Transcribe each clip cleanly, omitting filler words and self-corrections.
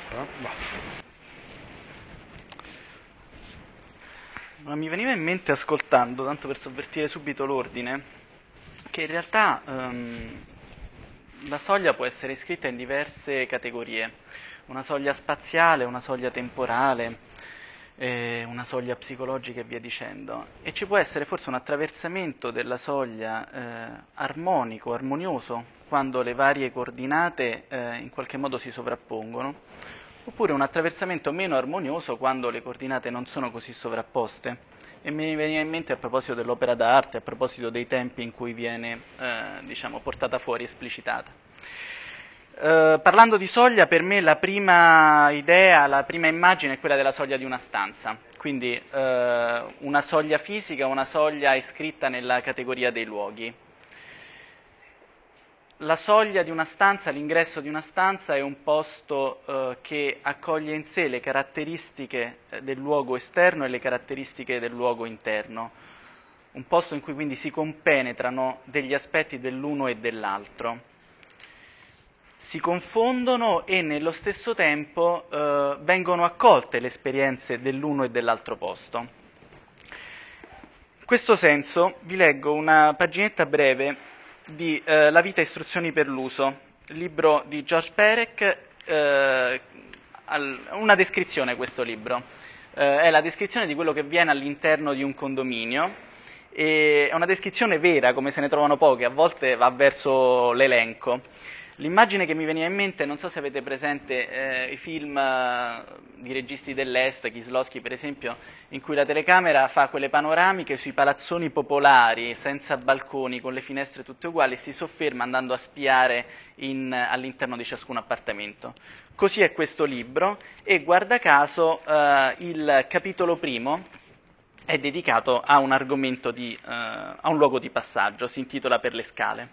Ma mi veniva in mente ascoltando, tanto per sovvertire subito l'ordine, che in realtà la soglia può essere iscritta in diverse categorie, una soglia spaziale, una soglia temporale, una soglia psicologica e via dicendo, e ci può essere forse un attraversamento della soglia armonico, armonioso, quando le varie coordinate in qualche modo si sovrappongono, oppure un attraversamento meno armonioso quando le coordinate non sono così sovrapposte. E mi veniva in mente a proposito dell'opera d'arte, a proposito dei tempi in cui viene portata fuori, esplicitata. Parlando di soglia, per me la prima idea, la prima immagine è quella della soglia di una stanza, quindi una soglia fisica, una soglia iscritta nella categoria dei luoghi. La soglia di una stanza, l'ingresso di una stanza è un posto che accoglie in sé le caratteristiche del luogo esterno e le caratteristiche del luogo interno, un posto in cui quindi si compenetrano degli aspetti dell'uno e dell'altro, si confondono e nello stesso tempo vengono accolte le esperienze dell'uno e dell'altro posto. In questo senso vi leggo una paginetta breve di La vita e istruzioni per l'uso, libro di George Perec, una descrizione questo libro, è la descrizione di quello che viene all'interno di un condominio, e è una descrizione vera, come se ne trovano poche, a volte va verso l'elenco. L'immagine che mi veniva in mente, non so se avete presente i film di registi dell'Est, Kieslowski per esempio, in cui la telecamera fa quelle panoramiche sui palazzoni popolari, senza balconi, con le finestre tutte uguali, e si sofferma andando a spiare all'interno di ciascun appartamento. Così è questo libro, e guarda caso il capitolo primo è dedicato a un argomento a un luogo di passaggio, si intitola Per le scale.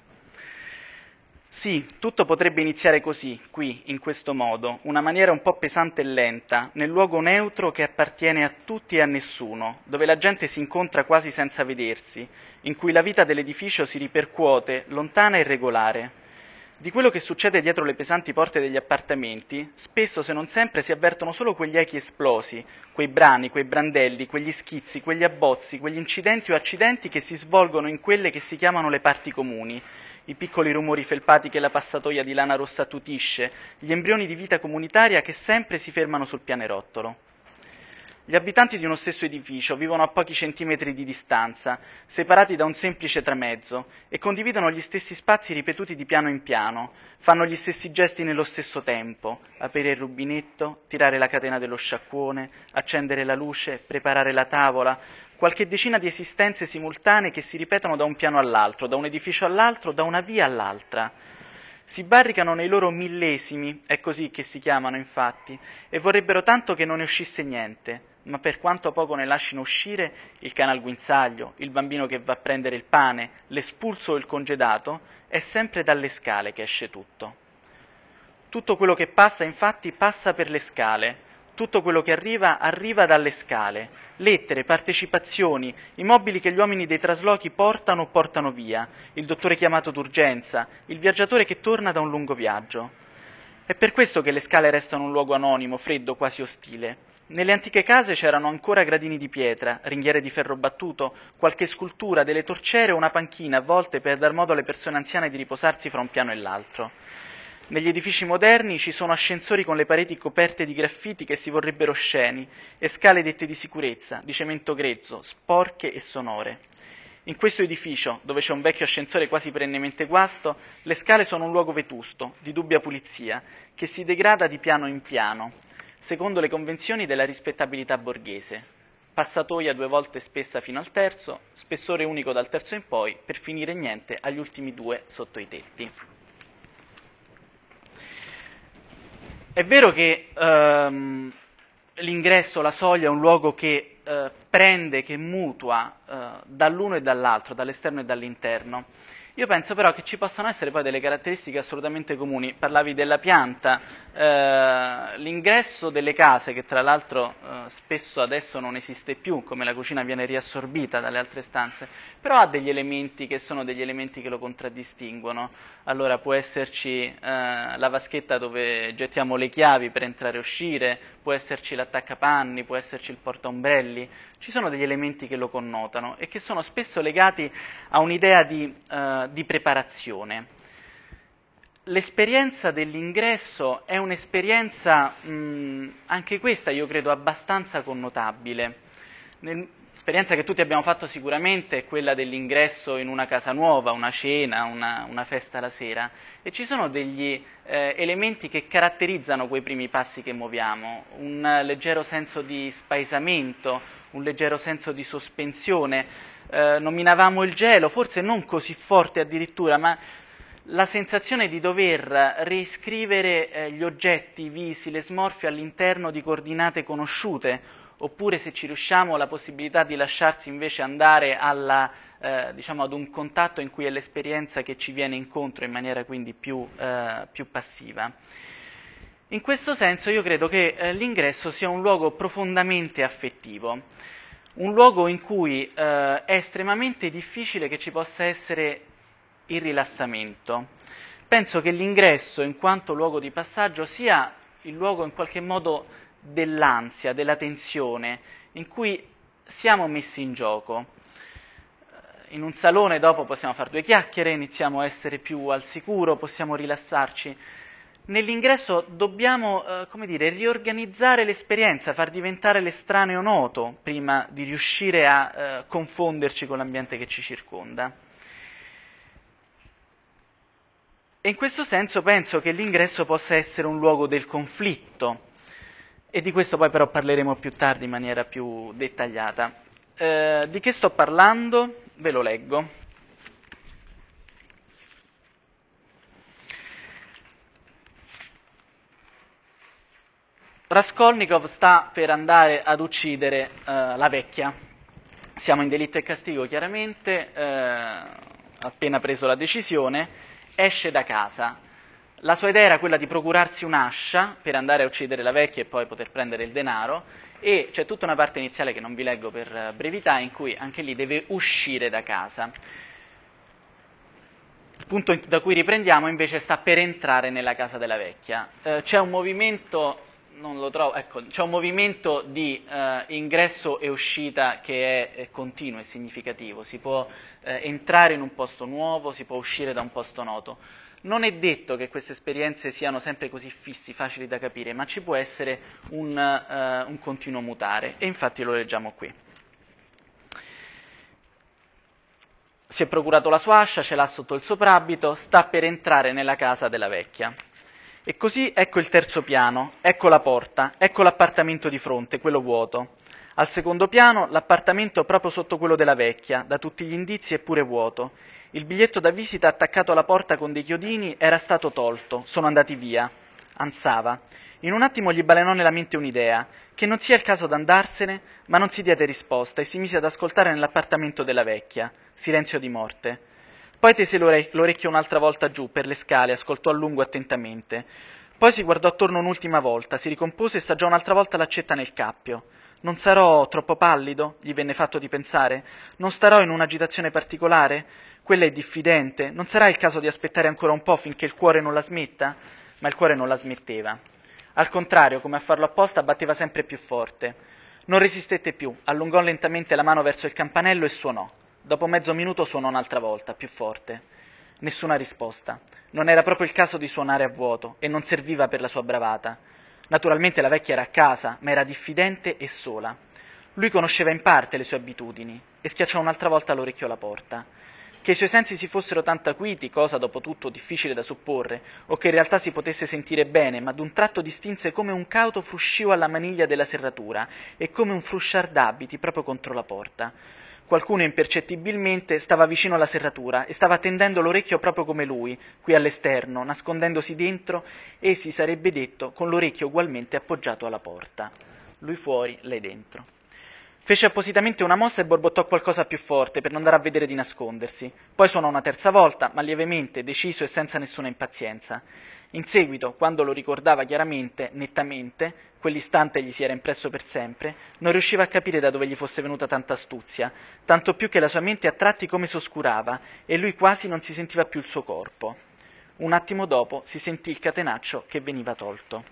Sì, tutto potrebbe iniziare così, qui, in questo modo, una maniera un po' pesante e lenta, nel luogo neutro che appartiene a tutti e a nessuno, dove la gente si incontra quasi senza vedersi, in cui la vita dell'edificio si ripercuote, lontana e regolare. Di quello che succede dietro le pesanti porte degli appartamenti, spesso se non sempre si avvertono solo quegli echi esplosi, quei brani, quei brandelli, quegli schizzi, quegli abbozzi, quegli incidenti o accidenti che si svolgono in quelle che si chiamano le parti comuni, i piccoli rumori felpati che la passatoia di lana rossa attutisce, gli embrioni di vita comunitaria che sempre si fermano sul pianerottolo. Gli abitanti di uno stesso edificio vivono a pochi centimetri di distanza, separati da un semplice tramezzo, e condividono gli stessi spazi ripetuti di piano in piano, fanno gli stessi gesti nello stesso tempo: aprire il rubinetto, tirare la catena dello sciacquone, accendere la luce, preparare la tavola, qualche decina di esistenze simultanee che si ripetono da un piano all'altro, da un edificio all'altro, da una via all'altra. Si barricano nei loro millesimi, è così che si chiamano infatti, e vorrebbero tanto che non ne uscisse niente, ma per quanto poco ne lasciano uscire, il cane al guinzaglio, il bambino che va a prendere il pane, l'espulso o il congedato, è sempre dalle scale che esce tutto. Tutto quello che passa, infatti, passa per le scale. Tutto quello che arriva, arriva dalle scale. Lettere, partecipazioni, i mobili che gli uomini dei traslochi portano o portano via, il dottore chiamato d'urgenza, il viaggiatore che torna da un lungo viaggio. È per questo che le scale restano un luogo anonimo, freddo, quasi ostile. Nelle antiche case c'erano ancora gradini di pietra, ringhiere di ferro battuto, qualche scultura, delle torciere o una panchina a volte per dar modo alle persone anziane di riposarsi fra un piano e l'altro. Negli edifici moderni ci sono ascensori con le pareti coperte di graffiti che si vorrebbero osceni e scale dette di sicurezza, di cemento grezzo, sporche e sonore. In questo edificio, dove c'è un vecchio ascensore quasi perennemente guasto, le scale sono un luogo vetusto, di dubbia pulizia, che si degrada di piano in piano, secondo le convenzioni della rispettabilità borghese. Passatoia 2 volte spessa fino al terzo, spessore unico dal terzo in poi, per finire niente agli ultimi 2 sotto i tetti. È vero che l'ingresso, la soglia è un luogo che prende, che mutua dall'uno e dall'altro, dall'esterno e dall'interno. Io penso però che ci possano essere poi delle caratteristiche assolutamente comuni. Parlavi della pianta, L'ingresso delle case, che tra l'altro spesso adesso non esiste più, come la cucina viene riassorbita dalle altre stanze, però ha degli elementi che sono degli elementi che lo contraddistinguono. Allora può esserci la vaschetta dove gettiamo le chiavi per entrare e uscire, può esserci l'attaccapanni, può esserci il portaombrelli, ci sono degli elementi che lo connotano e che sono spesso legati a un'idea di preparazione. L'esperienza dell'ingresso è un'esperienza, anche questa io credo abbastanza connotabile. L'esperienza che tutti abbiamo fatto sicuramente è quella dell'ingresso in una casa nuova, una cena, una festa la sera, e ci sono degli elementi che caratterizzano quei primi passi che muoviamo, un leggero senso di spaesamento, un leggero senso di sospensione, nominavamo il gelo, forse non così forte addirittura, ma la sensazione di dover riscrivere gli oggetti, i visi, le smorfie all'interno di coordinate conosciute, oppure se ci riusciamo la possibilità di lasciarsi invece andare ad un contatto in cui è l'esperienza che ci viene incontro in maniera quindi più passiva. In questo senso io credo che l'ingresso sia un luogo profondamente affettivo, un luogo in cui è estremamente difficile che ci possa essere il rilassamento. Penso che l'ingresso, in quanto luogo di passaggio, sia il luogo in qualche modo dell'ansia, della tensione, in cui siamo messi in gioco. In un salone dopo possiamo fare due chiacchiere, iniziamo a essere più al sicuro, possiamo rilassarci. Nell'ingresso dobbiamo, riorganizzare l'esperienza, far diventare l'estraneo noto prima di riuscire a confonderci con l'ambiente che ci circonda. E in questo senso penso che l'ingresso possa essere un luogo del conflitto, e di questo poi però parleremo più tardi in maniera più dettagliata. Di che sto parlando? Ve lo leggo. Raskolnikov sta per andare ad uccidere la vecchia. Siamo in Delitto e Castigo, chiaramente, appena preso la decisione. Esce da casa. La sua idea era quella di procurarsi un'ascia per andare a uccidere la vecchia e poi poter prendere il denaro, e c'è tutta una parte iniziale che non vi leggo per brevità, in cui anche lì deve uscire da casa. Il punto da cui riprendiamo invece sta per entrare nella casa della vecchia. C'è un movimento, non lo trovo, ecco, c'è un movimento di ingresso e uscita che è continuo e significativo. Si può entrare in un posto nuovo, si può uscire da un posto noto. Non è detto che queste esperienze siano sempre così fissi, facili da capire, ma ci può essere un continuo mutare, e infatti lo leggiamo qui. Si è procurato la sua ascia, ce l'ha sotto il soprabito, sta per entrare nella casa della vecchia. E così ecco il terzo piano, ecco la porta, ecco l'appartamento di fronte, quello vuoto. Al secondo piano l'appartamento proprio sotto quello della vecchia, da tutti gli indizi è pure vuoto. Il biglietto da visita attaccato alla porta con dei chiodini era stato tolto, sono andati via. Ansava. In un attimo gli balenò nella mente un'idea, che non sia il caso d'andarsene, ma non si diede risposta e si mise ad ascoltare nell'appartamento della vecchia. Silenzio di morte. Poi tese l'orecchio un'altra volta giù, per le scale, ascoltò a lungo attentamente. Poi si guardò attorno un'ultima volta, si ricompose e assaggiò un'altra volta l'accetta nel cappio. Non sarò troppo pallido? Gli venne fatto di pensare. Non starò in un'agitazione particolare? Quella è diffidente. Non sarà il caso di aspettare ancora un po' finché il cuore non la smetta? Ma il cuore non la smetteva. Al contrario, come a farlo apposta, batteva sempre più forte. Non resistette più, allungò lentamente la mano verso il campanello e suonò. Dopo mezzo minuto suonò un'altra volta, più forte. Nessuna risposta. Non era proprio il caso di suonare a vuoto e non serviva per la sua bravata. Naturalmente la vecchia era a casa, ma era diffidente e sola. Lui conosceva in parte le sue abitudini e schiacciò un'altra volta l'orecchio alla porta. Che i suoi sensi si fossero tanto acuiti, cosa dopo tutto difficile da supporre, o che in realtà si potesse sentire bene, ma d'un tratto distinse come un cauto fruscio alla maniglia della serratura e come un frusciar d'abiti proprio contro la porta. Qualcuno impercettibilmente stava vicino alla serratura e stava tendendo l'orecchio proprio come lui, qui all'esterno, nascondendosi dentro e, si sarebbe detto, con l'orecchio ugualmente appoggiato alla porta. Lui fuori, lei dentro. Fece appositamente una mossa e borbottò qualcosa più forte per non dare a vedere di nascondersi. Poi suonò una terza volta, ma lievemente, deciso e senza nessuna impazienza. In seguito, quando lo ricordava chiaramente, nettamente, quell'istante gli si era impresso per sempre, non riusciva a capire da dove gli fosse venuta tanta astuzia, tanto più che la sua mente a tratti come s'oscurava e lui quasi non si sentiva più il suo corpo. Un attimo dopo si sentì il catenaccio che veniva tolto.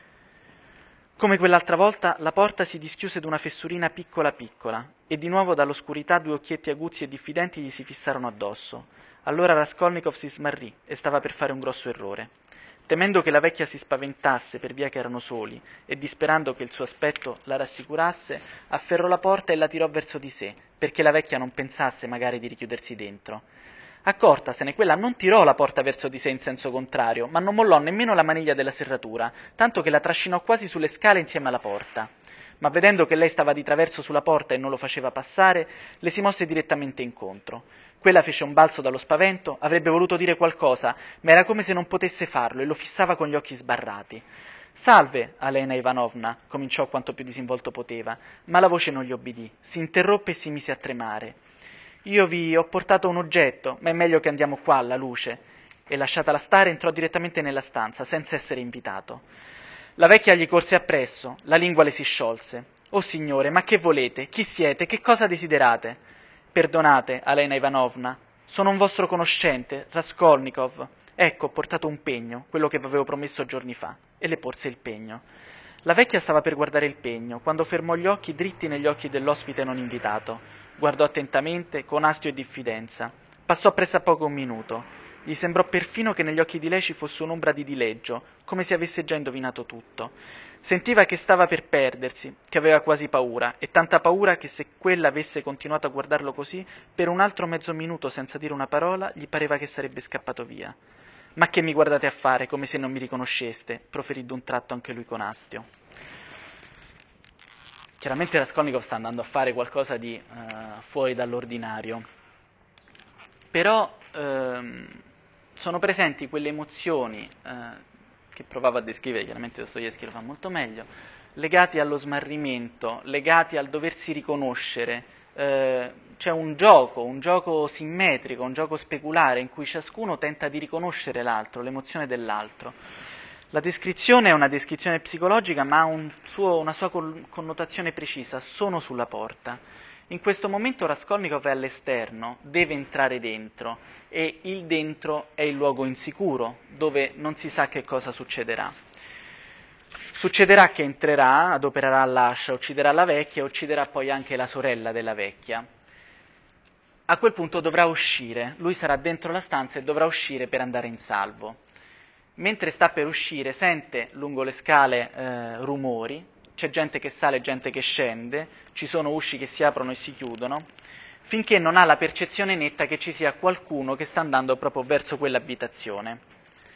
Come quell'altra volta, la porta si dischiuse d'una fessurina piccola piccola, e di nuovo dall'oscurità due occhietti aguzzi e diffidenti gli si fissarono addosso. Allora Raskolnikov si smarrì e stava per fare un grosso errore. Temendo che la vecchia si spaventasse per via che erano soli e disperando che il suo aspetto la rassicurasse, afferrò la porta e la tirò verso di sé, perché la vecchia non pensasse magari di richiudersi dentro. Accortasene, quella non tirò la porta verso di sé in senso contrario, ma non mollò nemmeno la maniglia della serratura, tanto che la trascinò quasi sulle scale insieme alla porta. Ma vedendo che lei stava di traverso sulla porta e non lo faceva passare, le si mosse direttamente incontro. Quella fece un balzo dallo spavento, avrebbe voluto dire qualcosa, ma era come se non potesse farlo e lo fissava con gli occhi sbarrati. «Salve, Alena Ivanovna», cominciò quanto più disinvolto poteva, ma la voce non gli obbedì, si interruppe e si mise a tremare. «Io vi ho portato un oggetto, ma è meglio che andiamo qua, alla luce». E lasciatala stare entrò direttamente nella stanza, senza essere invitato. La vecchia gli corse appresso, la lingua le si sciolse. «Oh signore, ma che volete? Chi siete? Che cosa desiderate?» «Perdonate, Alena Ivanovna, sono un vostro conoscente, Raskolnikov. Ecco, ho portato un pegno, quello che vi avevo promesso giorni fa». E le porse il pegno. La vecchia stava per guardare il pegno, quando fermò gli occhi dritti negli occhi dell'ospite non invitato. Guardò attentamente, con astio e diffidenza. Passò pressappoco un minuto. Gli sembrò perfino che negli occhi di lei ci fosse un'ombra di dileggio, come se avesse già indovinato tutto. Sentiva che stava per perdersi, che aveva quasi paura, e tanta paura che se quella avesse continuato a guardarlo così, per un altro mezzo minuto senza dire una parola, gli pareva che sarebbe scappato via. «Ma che mi guardate a fare, come se non mi riconosceste?» proferì d'un tratto anche lui con astio. Chiaramente Raskolnikov sta andando a fare qualcosa di fuori dall'ordinario, però sono presenti quelle emozioni che provavo a descrivere, chiaramente Dostoevskij lo fa molto meglio, legati allo smarrimento, legati al doversi riconoscere. C'è un gioco simmetrico, un gioco speculare in cui ciascuno tenta di riconoscere l'altro, l'emozione dell'altro. La descrizione è una descrizione psicologica, ma ha una sua connotazione precisa: sono sulla porta. In questo momento Raskolnikov è all'esterno, deve entrare dentro, e il dentro è il luogo insicuro, dove non si sa che cosa succederà. Succederà che entrerà, adopererà l'ascia, ucciderà la vecchia e ucciderà poi anche la sorella della vecchia. A quel punto dovrà uscire, lui sarà dentro la stanza e dovrà uscire per andare in salvo. Mentre sta per uscire sente lungo le scale rumori, c'è gente che sale e gente che scende, ci sono usci che si aprono e si chiudono, finché non ha la percezione netta che ci sia qualcuno che sta andando proprio verso quell'abitazione.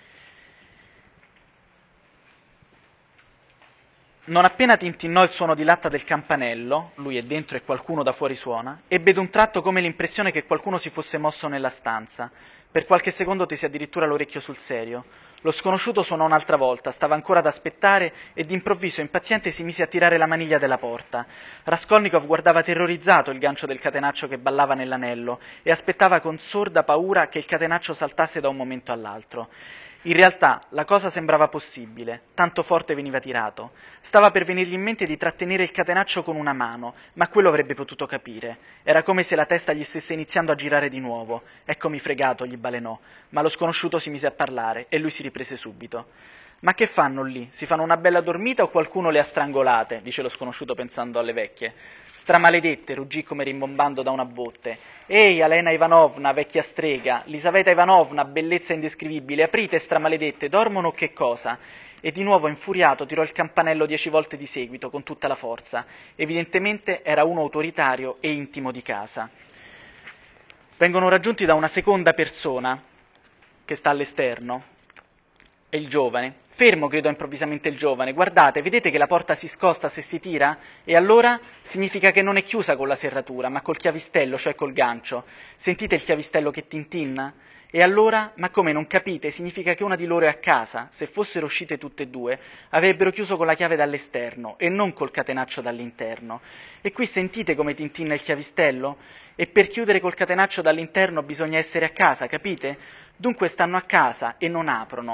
Non appena tintinnò il suono di latta del campanello, lui è dentro e qualcuno da fuori suona, ebbe d'un tratto come l'impressione che qualcuno si fosse mosso nella stanza. Per qualche secondo tese addirittura l'orecchio sul serio. Lo sconosciuto suonò un'altra volta, stava ancora ad aspettare e d'improvviso impaziente si mise a tirare la maniglia della porta. Raskolnikov guardava terrorizzato il gancio del catenaccio che ballava nell'anello e aspettava con sorda paura che il catenaccio saltasse da un momento all'altro. In realtà la cosa sembrava possibile, tanto forte veniva tirato. Stava per venirgli in mente di trattenere il catenaccio con una mano, ma quello avrebbe potuto capire. Era come se la testa gli stesse iniziando a girare di nuovo. «Eccomi fregato», gli balenò, ma lo sconosciuto si mise a parlare e lui si riprese subito. «Ma che fanno lì? Si fanno una bella dormita o qualcuno le ha strangolate?» dice lo sconosciuto pensando alle vecchie. «Stramaledette», ruggì come rimbombando da una botte. «Ehi, Alena Ivanovna, vecchia strega, Lisaveta Ivanovna, bellezza indescrivibile, aprite, stramaledette, dormono o che cosa?» E di nuovo infuriato tirò il campanello 10 volte di seguito con tutta la forza. Evidentemente era uno autoritario e intimo di casa. Vengono raggiunti da una seconda persona che sta all'esterno. È il giovane. «Fermo», gridò improvvisamente il giovane. «Guardate, vedete che la porta si scosta se si tira? E allora? Significa che non è chiusa con la serratura, ma col chiavistello, cioè col gancio. Sentite il chiavistello che tintinna? E allora? Ma come, non capite? Significa che una di loro è a casa. Se fossero uscite tutte e due, avrebbero chiuso con la chiave dall'esterno e non col catenaccio dall'interno. E qui sentite come tintinna il chiavistello? E per chiudere col catenaccio dall'interno bisogna essere a casa, capite? Dunque stanno a casa e non aprono.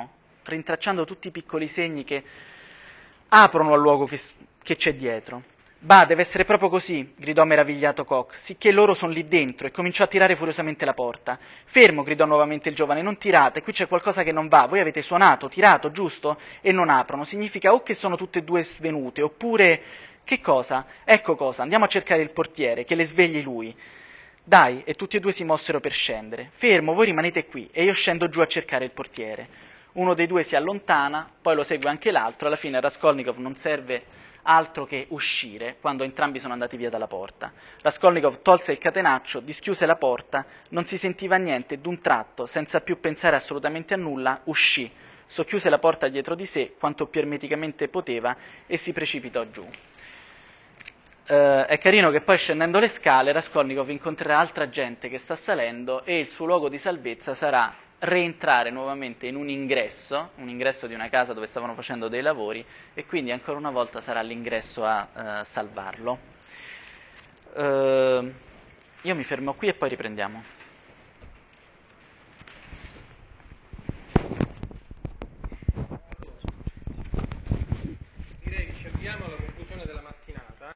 rintracciando tutti i piccoli segni che aprono al luogo che c'è dietro. Bah, deve essere proprio così, gridò meravigliato Koch, sicché loro sono lì dentro, e cominciò a tirare furiosamente la porta. Fermo, gridò nuovamente il giovane, non tirate, qui c'è qualcosa che non va, voi avete suonato, tirato, giusto? E non aprono, significa o che sono tutte e due svenute, oppure... Che cosa? Ecco cosa, andiamo a cercare il portiere, che le svegli lui. Dai, e tutti e due si mossero per scendere. Fermo, voi rimanete qui, e io scendo giù a cercare il portiere. Uno dei due si allontana, poi lo segue anche l'altro, alla fine a Raskolnikov non serve altro che uscire, quando entrambi sono andati via dalla porta. Raskolnikov tolse il catenaccio, dischiuse la porta, non si sentiva niente, e d'un tratto, senza più pensare assolutamente a nulla, uscì, socchiuse la porta dietro di sé quanto più ermeticamente poteva e si precipitò giù. È carino che poi, scendendo le scale, Raskolnikov incontrerà altra gente che sta salendo, e il suo luogo di salvezza sarà rientrare nuovamente in un ingresso di una casa dove stavano facendo dei lavori, e quindi ancora una volta sarà l'ingresso a salvarlo. Io mi fermo qui e poi riprendiamo. Direi che ci avviamo alla conclusione della mattina.